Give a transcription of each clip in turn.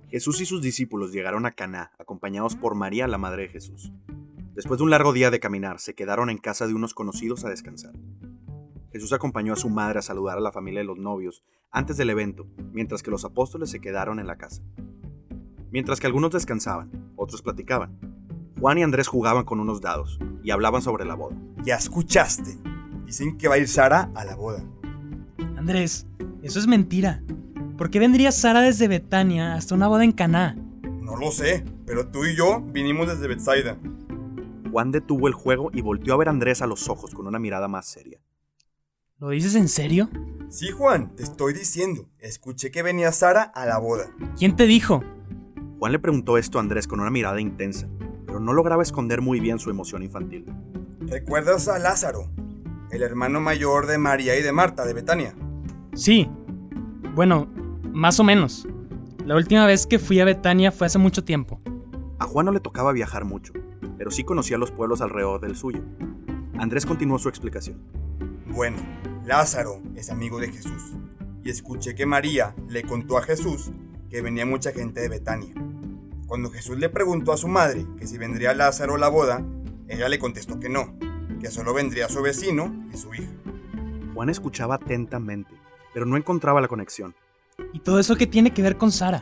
Jesús y sus discípulos llegaron a Caná, acompañados por María, la madre de Jesús. Después de un largo día de caminar, se quedaron en casa de unos conocidos a descansar. Jesús acompañó a su madre a saludar a la familia de los novios antes del evento, mientras que los apóstoles se quedaron en la casa. Mientras que algunos descansaban, otros platicaban. Juan y Andrés jugaban con unos dados y hablaban sobre la boda. Ya escuchaste. Dicen que va a ir Sara a la boda. Andrés, eso es mentira. ¿Por qué vendría Sara desde Betania hasta una boda en Caná? No lo sé, pero tú y yo vinimos desde Betsaida. Juan detuvo el juego y volteó a ver a Andrés a los ojos con una mirada más seria. ¿Lo dices en serio? Sí, Juan, te estoy diciendo. Escuché que venía Sara a la boda. ¿Quién te dijo? Juan le preguntó esto a Andrés con una mirada intensa, pero no lograba esconder muy bien su emoción infantil. ¿Recuerdas a Lázaro, el hermano mayor de María y de Marta de Betania? Sí. Bueno, más o menos. La última vez que fui a Betania fue hace mucho tiempo. A Juan no le tocaba viajar mucho, pero sí conocía los pueblos alrededor del suyo. Andrés continuó su explicación. Bueno, Lázaro es amigo de Jesús, y escuché que María le contó a Jesús que venía mucha gente de Betania. Cuando Jesús le preguntó a su madre que si vendría Lázaro a la boda, ella le contestó que no, que solo vendría su vecino y su hija. Juan escuchaba atentamente, pero no encontraba la conexión. ¿Y todo eso qué tiene que ver con Sara?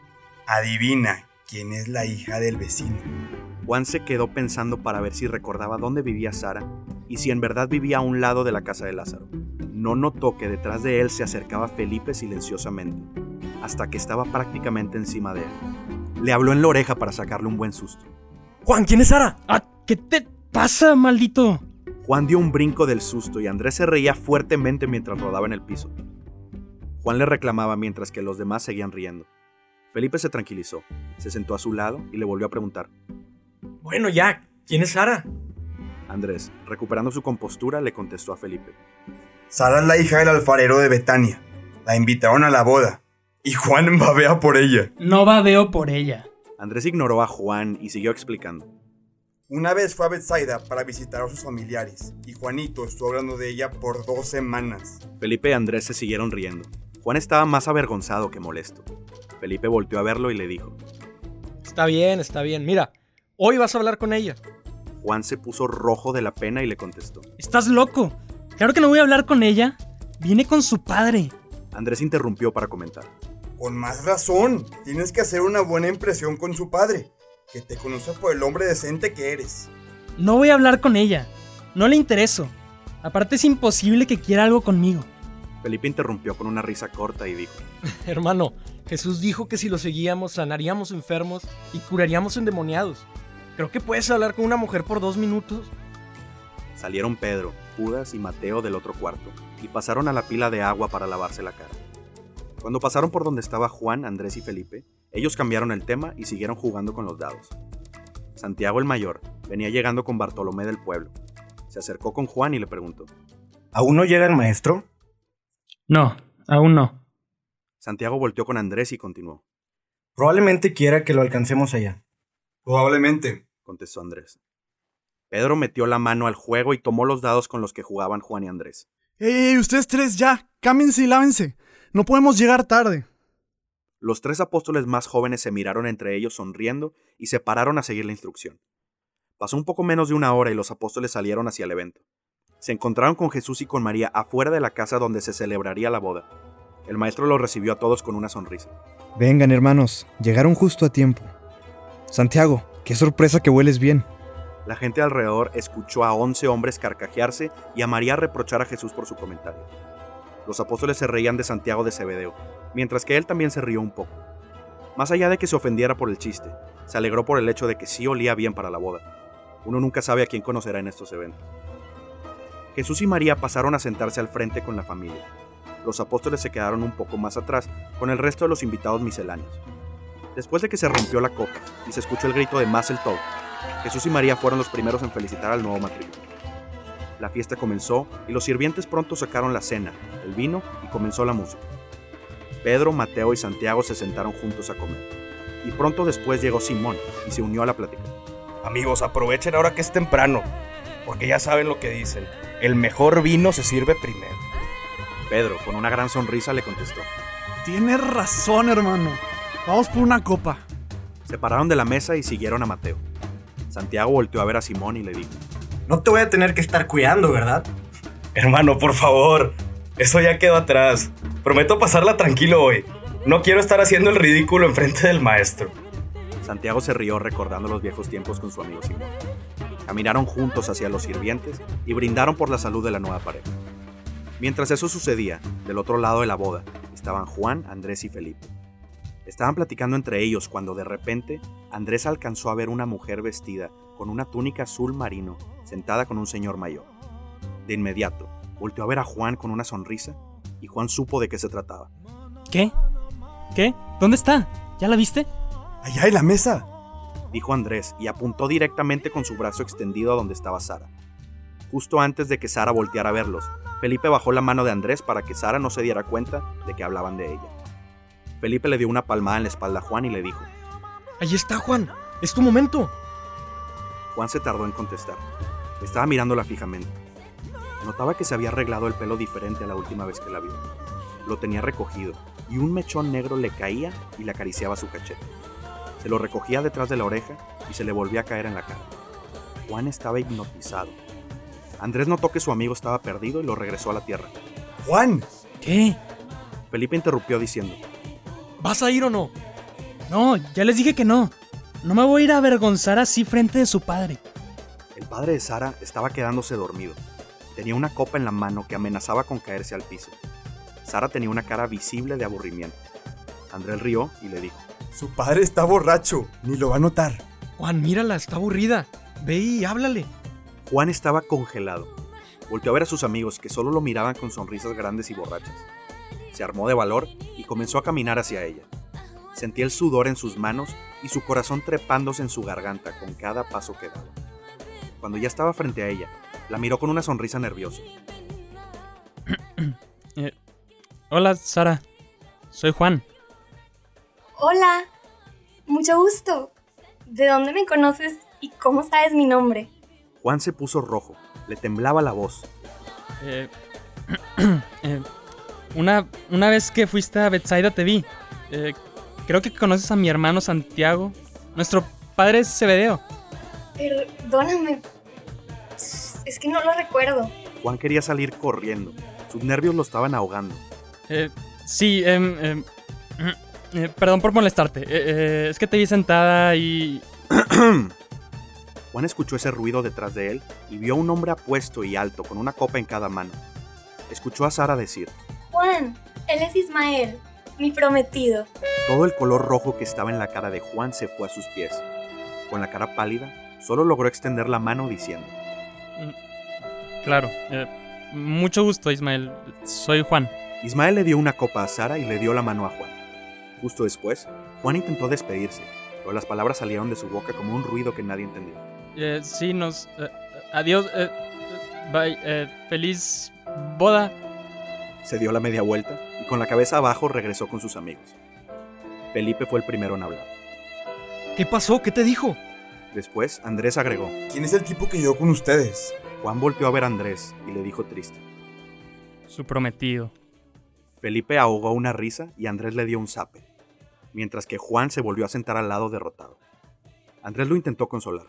Adivina quién es la hija del vecino. Juan se quedó pensando para ver si recordaba dónde vivía Sara y si en verdad vivía a un lado de la casa de Lázaro. No notó que detrás de él se acercaba Felipe silenciosamente, hasta que estaba prácticamente encima de él. Le habló en la oreja para sacarle un buen susto. ¡Juan, ¿quién es Sara? ¿Qué te pasa, maldito? Juan dio un brinco del susto y Andrés se reía fuertemente mientras rodaba en el piso. Juan le reclamaba mientras que los demás seguían riendo. Felipe se tranquilizó, se sentó a su lado y le volvió a preguntar. Bueno, ya, ¿quién es Sara? Andrés, recuperando su compostura, le contestó a Felipe. Sara es la hija del alfarero de Betania. La invitaron a la boda. Y Juan babea por ella. No babeo por ella. Andrés ignoró a Juan y siguió explicando. Una vez fue a Betsaida para visitar a sus familiares, y Juanito estuvo hablando de ella por 2 semanas. Felipe y Andrés se siguieron riendo. Juan estaba más avergonzado que molesto. Felipe volteó a verlo y le dijo. Está bien. Mira, hoy vas a hablar con ella. Juan se puso rojo de la pena y le contestó. ¿Estás loco? Claro que no voy a hablar con ella. Viene con su padre. Andrés interrumpió para comentar. Con más razón, tienes que hacer una buena impresión con su padre, que te conoce por el hombre decente que eres. No voy a hablar con ella. No le intereso. Aparte es imposible que quiera algo conmigo. Felipe interrumpió con una risa corta y dijo. Hermano, Jesús dijo que si lo seguíamos sanaríamos enfermos y curaríamos endemoniados. Creo que puedes hablar con una mujer por 2 minutos. Salieron Pedro, Judas y Mateo del otro cuarto y pasaron a la pila de agua para lavarse la cara. Cuando pasaron por donde estaba Juan, Andrés y Felipe, ellos cambiaron el tema y siguieron jugando con los dados. Santiago el mayor venía llegando con Bartolomé del pueblo. Se acercó con Juan y le preguntó. ¿Aún no llega el maestro? No, aún no. Santiago volteó con Andrés y continuó. Probablemente quiera que lo alcancemos allá. Probablemente, contestó Andrés. Pedro metió la mano al juego y tomó los dados con los que jugaban Juan y Andrés. ¡Ey, ustedes tres ya! ¡Cámbiense y lávense! ¡No podemos llegar tarde! Los 3 apóstoles más jóvenes se miraron entre ellos sonriendo y se pararon a seguir la instrucción. Pasó un poco menos de 1 hora y los apóstoles salieron hacia el evento. Se encontraron con Jesús y con María afuera de la casa donde se celebraría la boda. El maestro los recibió a todos con una sonrisa. Vengan, hermanos, llegaron justo a tiempo. Santiago, qué sorpresa que hueles bien. La gente alrededor escuchó a 11 hombres carcajearse y a María reprochar a Jesús por su comentario. Los apóstoles se reían de Santiago de Zebedeo, mientras que él también se rió un poco. Más allá de que se ofendiera por el chiste, se alegró por el hecho de que sí olía bien para la boda. Uno nunca sabe a quién conocerá en estos eventos. Jesús y María pasaron a sentarse al frente con la familia. Los apóstoles se quedaron un poco más atrás con el resto de los invitados misceláneos. Después de que se rompió la copa y se escuchó el grito de Mazel Tov, Jesús y María fueron los primeros en felicitar al nuevo matrimonio. La fiesta comenzó y los sirvientes pronto sacaron la cena, el vino y comenzó la música. Pedro, Mateo y Santiago se sentaron juntos a comer. Y pronto después llegó Simón y se unió a la plática. Amigos, aprovechen ahora que es temprano, porque ya saben lo que dicen. El mejor vino se sirve primero. Pedro, con una gran sonrisa, le contestó. Tienes razón, hermano. Vamos por una copa. Se pararon de la mesa y siguieron a Mateo. Santiago volteó a ver a Simón y le dijo: No te voy a tener que estar cuidando, ¿verdad? Hermano, por favor, eso ya quedó atrás. Prometo pasarla tranquilo hoy. No quiero estar haciendo el ridículo enfrente del maestro. Santiago se rió recordando los viejos tiempos con su amigo Simón. Caminaron juntos hacia los sirvientes y brindaron por la salud de la nueva pareja. Mientras eso sucedía, del otro lado de la boda, estaban Juan, Andrés y Felipe. Estaban platicando entre ellos cuando de repente Andrés alcanzó a ver una mujer vestida con una túnica azul marino sentada con un señor mayor. De inmediato, volteó a ver a Juan con una sonrisa y Juan supo de qué se trataba. ¿Qué? ¿Qué? ¿Dónde está? ¿Ya la viste? ¡Allá en la mesa! Dijo Andrés y apuntó directamente con su brazo extendido a donde estaba Sara. Justo antes de que Sara volteara a verlos, Felipe bajó la mano de Andrés para que Sara no se diera cuenta de que hablaban de ella. Felipe le dio una palmada en la espalda a Juan y le dijo: Ahí está, Juan. Es tu momento. Juan se tardó en contestar. Estaba mirándola fijamente. Notaba que se había arreglado el pelo diferente a la última vez que la vio. Lo tenía recogido y un mechón negro le caía y le acariciaba su cachete. Se lo recogía detrás de la oreja y se le volvía a caer en la cara. Juan estaba hipnotizado. Andrés notó que su amigo estaba perdido y lo regresó a la tierra. ¡Juan! ¿Qué? Felipe interrumpió diciendo: ¿Vas a ir o no? No, ya les dije que no. No me voy a ir a avergonzar así frente de su padre. El padre de Sara estaba quedándose dormido. Tenía una copa en la mano que amenazaba con caerse al piso. Sara tenía una cara visible de aburrimiento. Andrés rió y le dijo: Su padre está borracho, ni lo va a notar. Juan, mírala, está aburrida. Ve y háblale. Juan estaba congelado. Volteó a ver a sus amigos que solo lo miraban con sonrisas grandes y borrachas. Se armó de valor y comenzó a caminar hacia ella. Sentía el sudor en sus manos y su corazón trepándose en su garganta con cada paso que daba. Cuando ya estaba frente a ella, la miró con una sonrisa nerviosa. Hola, Sara. Soy Juan. Hola, mucho gusto. ¿De dónde me conoces y cómo sabes mi nombre? Juan se puso rojo, le temblaba la voz. Una vez que fuiste a Bethsaida te vi. Creo que conoces a mi hermano Santiago. Nuestro padre es Zebedeo. Perdóname. Es que no lo recuerdo. Juan quería salir corriendo. Sus nervios lo estaban ahogando. Sí, perdón por molestarte. Es que te vi sentada y... Juan escuchó ese ruido detrás de él y vio a un hombre apuesto y alto con una copa en cada mano. Escuchó a Sara decir: Juan, él es Ismael, mi prometido. Todo el color rojo que estaba en la cara de Juan se fue a sus pies. Con la cara pálida, solo logró extender la mano diciendo: Claro, mucho gusto, Ismael. Soy Juan. Ismael le dio una copa a Sara y le dio la mano a Juan. Justo después, Juan intentó despedirse, pero las palabras salieron de su boca como un ruido que nadie entendió. Sí, adiós. Bye. Feliz boda. Se dio la media vuelta y con la cabeza abajo regresó con sus amigos. Felipe fue el primero en hablar. ¿Qué pasó? ¿Qué te dijo? Después, Andrés agregó: ¿Quién es el tipo que llegó con ustedes? Juan volteó a ver a Andrés y le dijo triste: Su prometido. Felipe ahogó una risa y Andrés le dio un zape, mientras que Juan se volvió a sentar al lado derrotado. Andrés lo intentó consolar.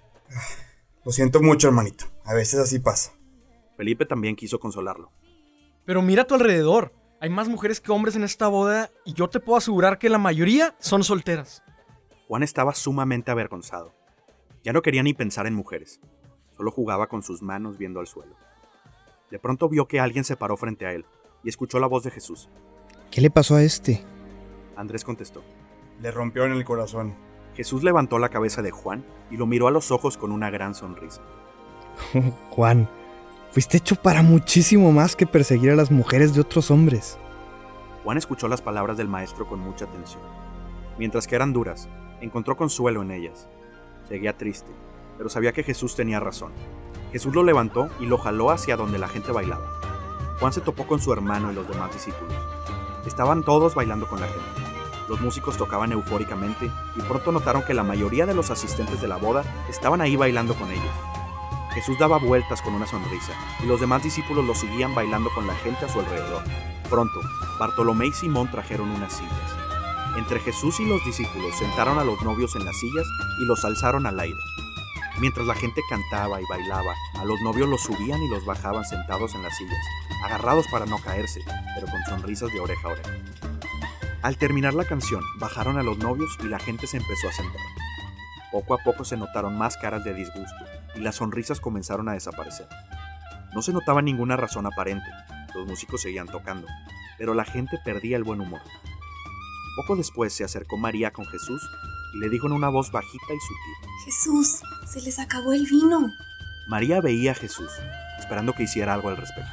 Lo siento mucho, hermanito. A veces así pasa. Felipe también quiso consolarlo. Pero mira a tu alrededor. Hay más mujeres que hombres en esta boda y yo te puedo asegurar que la mayoría son solteras. Juan estaba sumamente avergonzado. Ya no quería ni pensar en mujeres. Solo jugaba con sus manos viendo al suelo. De pronto vio que alguien se paró frente a él y escuchó la voz de Jesús. ¿Qué le pasó a este? Andrés contestó: Le rompió en el corazón. Jesús levantó la cabeza de Juan y lo miró a los ojos con una gran sonrisa. Juan, fuiste hecho para muchísimo más que perseguir a las mujeres de otros hombres. Juan escuchó las palabras del maestro con mucha atención. Mientras que eran duras, encontró consuelo en ellas. Seguía triste, pero sabía que Jesús tenía razón. Jesús lo levantó y lo jaló hacia donde la gente bailaba. Juan se topó con su hermano y los demás discípulos. Estaban todos bailando con la gente. Los músicos tocaban eufóricamente y pronto notaron que la mayoría de los asistentes de la boda estaban ahí bailando con ellos. Jesús daba vueltas con una sonrisa y los demás discípulos lo seguían bailando con la gente a su alrededor. Pronto, Bartolomé y Simón trajeron unas sillas. Entre Jesús y los discípulos sentaron a los novios en las sillas y los alzaron al aire. Mientras la gente cantaba y bailaba, a los novios los subían y los bajaban sentados en las sillas, agarrados para no caerse, pero con sonrisas de oreja a oreja. Al terminar la canción, bajaron a los novios y la gente se empezó a sentar. Poco a poco se notaron más caras de disgusto y las sonrisas comenzaron a desaparecer. No se notaba ninguna razón aparente, los músicos seguían tocando, pero la gente perdía el buen humor. Poco después se acercó María con Jesús y le dijo en una voz bajita y sutil: Jesús, se les acabó el vino. María veía a Jesús, esperando que hiciera algo al respecto.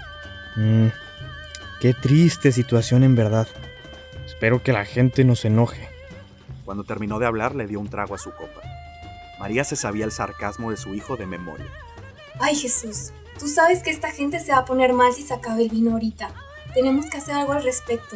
Qué triste situación en verdad. Espero que la gente no se enoje. Cuando terminó de hablar, le dio un trago a su copa. María se sabía el sarcasmo de su hijo de memoria. Ay, Jesús, tú sabes que esta gente se va a poner mal si se acaba el vino ahorita. Tenemos que hacer algo al respecto.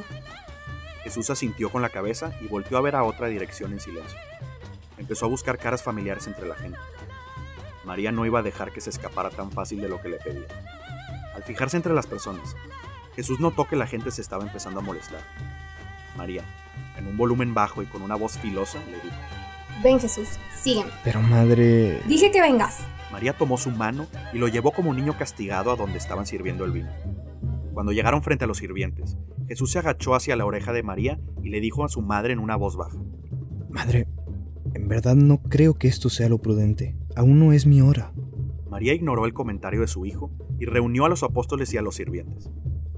Jesús asintió con la cabeza y volteó a ver a otra dirección en silencio. Empezó a buscar caras familiares entre la gente. María no iba a dejar que se escapara tan fácil de lo que le pedía. Al fijarse entre las personas, Jesús notó que la gente se estaba empezando a molestar. María, en un volumen bajo y con una voz filosa, le dijo: Ven, Jesús, sígueme. Pero madre... Dije que vengas. María tomó su mano y lo llevó como un niño castigado a donde estaban sirviendo el vino. Cuando llegaron frente a los sirvientes, Jesús se agachó hacia la oreja de María y le dijo a su madre en una voz baja: Madre, en verdad no creo que esto sea lo prudente. Aún no es mi hora. María ignoró el comentario de su hijo y reunió a los apóstoles y a los sirvientes.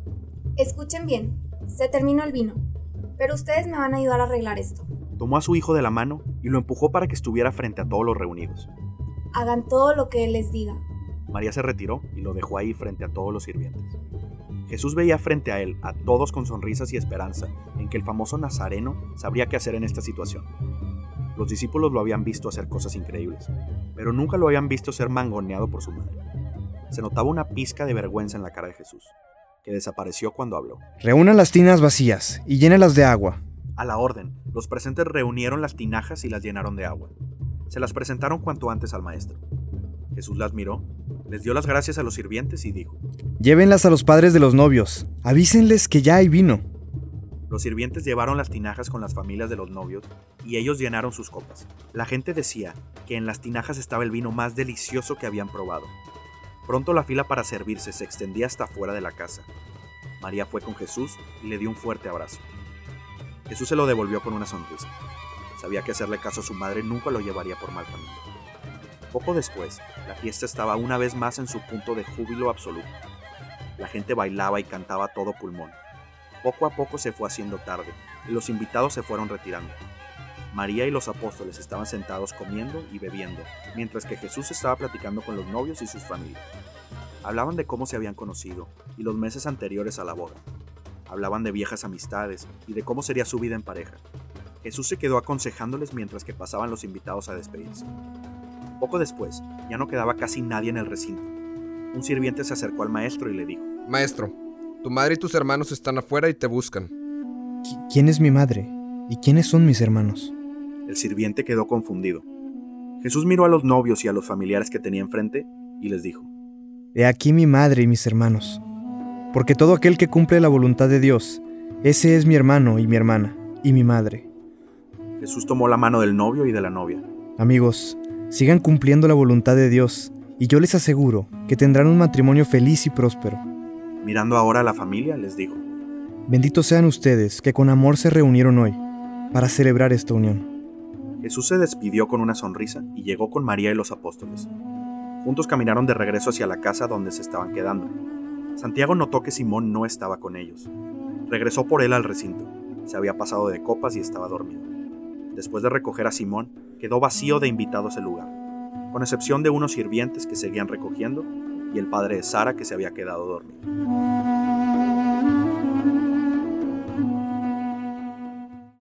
Escuchen bien, se terminó el vino, pero ustedes me van a ayudar a arreglar esto. Tomó a su hijo de la mano y lo empujó para que estuviera frente a todos los reunidos. Hagan todo lo que él les diga. María se retiró y lo dejó ahí frente a todos los sirvientes. Jesús veía frente a él a todos con sonrisas y esperanza en que el famoso Nazareno sabría qué hacer en esta situación. Los discípulos lo habían visto hacer cosas increíbles, pero nunca lo habían visto ser mangoneado por su madre. Se notaba una pizca de vergüenza en la cara de Jesús, que desapareció cuando habló. Reúnan las tinas vacías y llénelas de agua. A la orden, los presentes reunieron las tinajas y las llenaron de agua. Se las presentaron cuanto antes al maestro. Jesús las miró, les dio las gracias a los sirvientes y dijo: Llévenlas a los padres de los novios. Avísenles que ya hay vino. Los sirvientes llevaron las tinajas con las familias de los novios y ellos llenaron sus copas. La gente decía que en las tinajas estaba el vino más delicioso que habían probado. Pronto la fila para servirse se extendía hasta fuera de la casa. María fue con Jesús y le dio un fuerte abrazo. Jesús se lo devolvió con una sonrisa. Sabía que hacerle caso a su madre nunca lo llevaría por mal camino. Poco después, la fiesta estaba una vez más en su punto de júbilo absoluto. La gente bailaba y cantaba a todo pulmón. Poco a poco se fue haciendo tarde y los invitados se fueron retirando. María y los apóstoles estaban sentados comiendo y bebiendo, mientras que Jesús estaba platicando con los novios y sus familias. Hablaban de cómo se habían conocido y los meses anteriores a la boda. Hablaban de viejas amistades y de cómo sería su vida en pareja. Jesús se quedó aconsejándoles mientras que pasaban los invitados a despedirse. Poco después, ya no quedaba casi nadie en el recinto. Un sirviente se acercó al maestro y le dijo: Maestro, tu madre y tus hermanos están afuera y te buscan. ¿Quién es mi madre? ¿Y quiénes son mis hermanos? El sirviente quedó confundido. Jesús miró a los novios y a los familiares que tenía enfrente y les dijo: He aquí mi madre y mis hermanos. Porque todo aquel que cumple la voluntad de Dios, ese es mi hermano y mi hermana, y mi madre. Jesús tomó la mano del novio y de la novia. Amigos, sigan cumpliendo la voluntad de Dios, y yo les aseguro que tendrán un matrimonio feliz y próspero. Mirando ahora a la familia, les dijo: Benditos sean ustedes que con amor se reunieron hoy para celebrar esta unión. Jesús se despidió con una sonrisa y llegó con María y los apóstoles. Juntos caminaron de regreso hacia la casa donde se estaban quedando. Santiago notó que Simón no estaba con ellos. Regresó por él al recinto. Se había pasado de copas y estaba dormido. Después de recoger a Simón, quedó vacío de invitados el lugar, con excepción de unos sirvientes que seguían recogiendo y el padre de Sara que se había quedado dormido.